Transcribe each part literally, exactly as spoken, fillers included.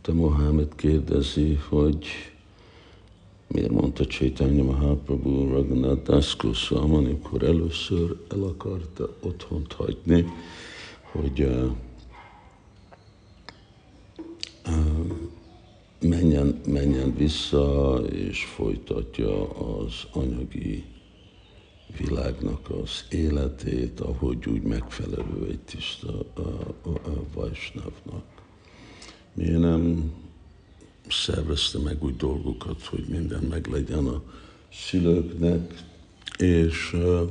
Te Mohamed kérdezi, hogy miért mondta Chaitanya Mahaprabhu Raghunath Das Goswami, amikor először el akarta otthont hagyni, hogy uh, uh, menjen, menjen vissza és folytatja az anyagi világnak az életét, ahogy úgy megfelelő egy tiszta uh, uh, uh, Vaisnavnak. Miért nem szervezte meg úgy dolgokat, hogy minden meglegyen a szülőknek, és, uh,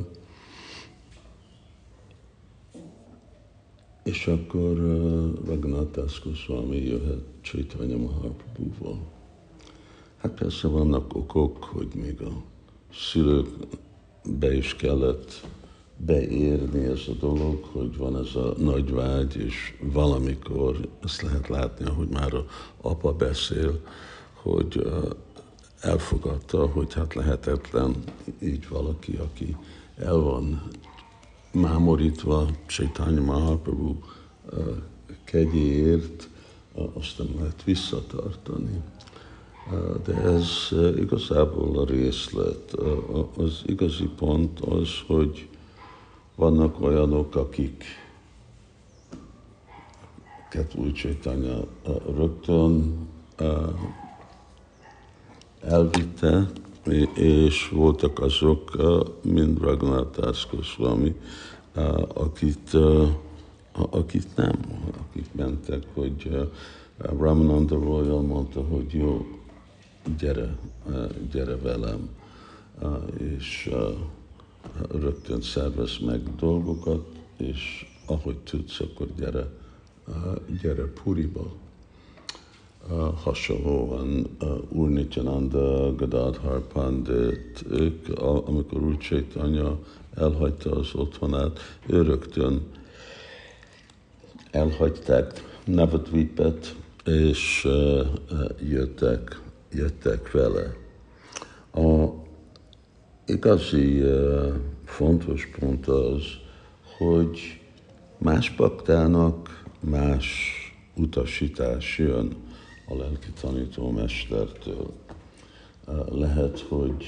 és akkor uh, Raghunath Das Goswami jöhet Chaitanya Mahaprabhuval. Hát persze vannak okok, hogy még a szülők be is kellett beérni ez a dolog, hogy van ez a nagy vágy, és valamikor ezt lehet látni, ahogy már az apa beszél, hogy elfogadta, hogy hát lehetetlen így valaki, aki el van mámorítva Chaitanya Mahaprabhu kegyéért, azt nem lehet visszatartani. De ez igazából a részlet. Az igazi pont az, hogy vannak olyanok, akik Úr Chaitanya rögtön elvitte, és voltak azok, mint Raghunath Das Goswami, akit, akit nem, akik mentek, hogy Ramananda Royal mondta, hogy jó, gyere, gyere velem, és rögtön szervez meg dolgokat, és ahogy tudsz, akkor gyere, gyere Puriba. Hasonlóan Úr Nityananda, Gadadhar Pandit, ők, amikor Úr Chaitanya elhagyta az otthonát, ő rögtön elhagyták Navadvipet, és jöttek, jöttek vele. A igazi uh, fontos pont az, hogy más baktának más utasítás jön a lelki tanítómestertől. Uh, lehet, hogy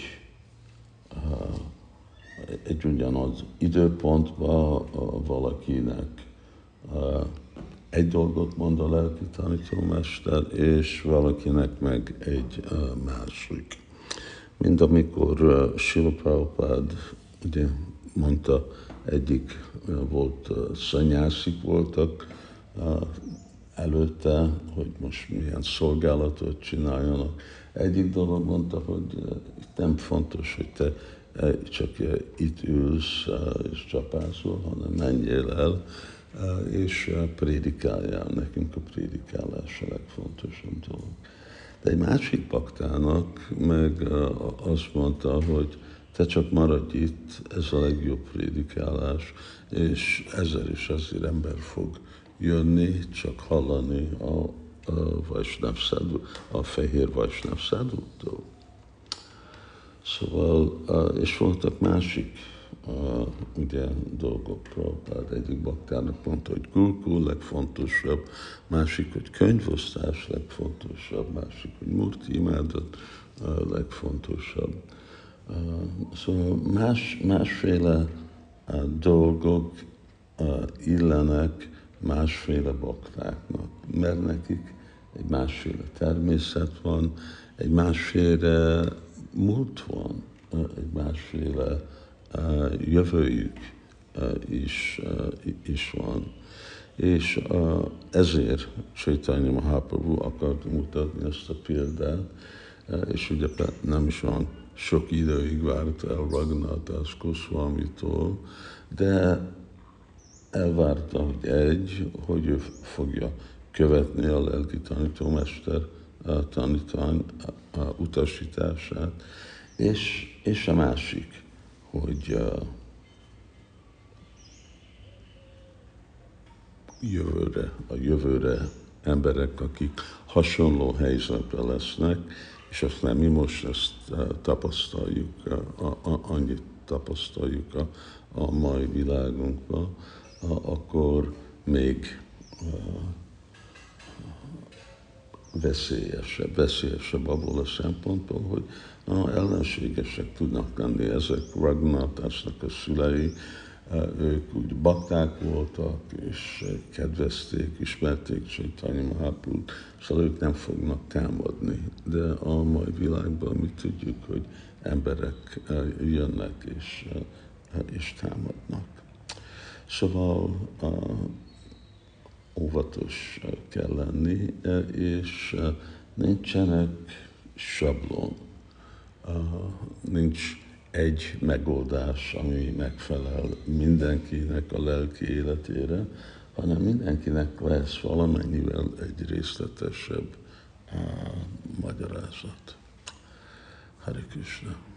uh, egy ugyanaz időpontban uh, valakinek uh, egy dolgot mond a lelki tanítómester, és valakinek meg egy uh, másik. Mint amikor uh, Srila Prabhupád ugye mondta, egyik uh, volt uh, szanyászik voltak uh, előtte, hogy most milyen szolgálatot csináljanak. Egyik dolog mondta, hogy uh, nem fontos, hogy te uh, csak uh, itt ülsz uh, és csapázol, hanem menjél el, uh, és uh, prédikáljál. Nekünk a prédikálás a legfontosabb dolog. De egy másik baktának meg azt mondta, hogy te csak maradj itt, ez a legjobb prédikálás, és ezzel is azért ember fog jönni, csak hallani a, a Vaisnav Sadhu, a fehér Vaisnav Sadhutól. Szóval, és voltak másik Uh, ugye dolgok, Prabhupád egyik baktának mondta, hogy Gurukul legfontosabb, másik, hogy könyvosztás legfontosabb, másik, hogy Murti imádat uh, legfontosabb. Uh, szóval más, másféle uh, dolgok uh, illenek másféle baktáknak, mert nekik egy másféle természet van, egy másféle múlt van, uh, egy másféle Uh, jövőjük uh, is, uh, is van. És uh, ezért Chaitanya Mahaprabhu akart mutatni ezt a példát, uh, és ugye nem is van sok időig várt el Raghunath Das Goswamitól, de elvárta, hogy egy, hogy ő fogja követni a lelki tanítómester uh, tanítvány uh, utasítását, és, és a másik, hogy uh, jövőre, a jövőre emberek, akik hasonló helyzetben lesznek, és azt nem mi most ezt uh, tapasztaljuk, uh, a, a, annyit tapasztaljuk a, a mai világunkban, uh, akkor még uh, veszélyesebb. Veszélyesebb abból a szempontból, hogy na, ellenségesek tudnak lenni. Ezek Raghunathasnak a szülei, ők úgy bakták voltak, és kedvezték, ismerték Chaitanya Mahaprabhut, szóval ők nem fognak támadni. De a mai világban mi tudjuk, hogy emberek jönnek és, és támadnak. Szóval óvatos kell lenni, és nincsenek sablon, nincs egy megoldás, ami megfelel mindenkinek a lelki életére, hanem mindenkinek lesz valamennyivel egy részletesebb magyarázat. Hare Krishna.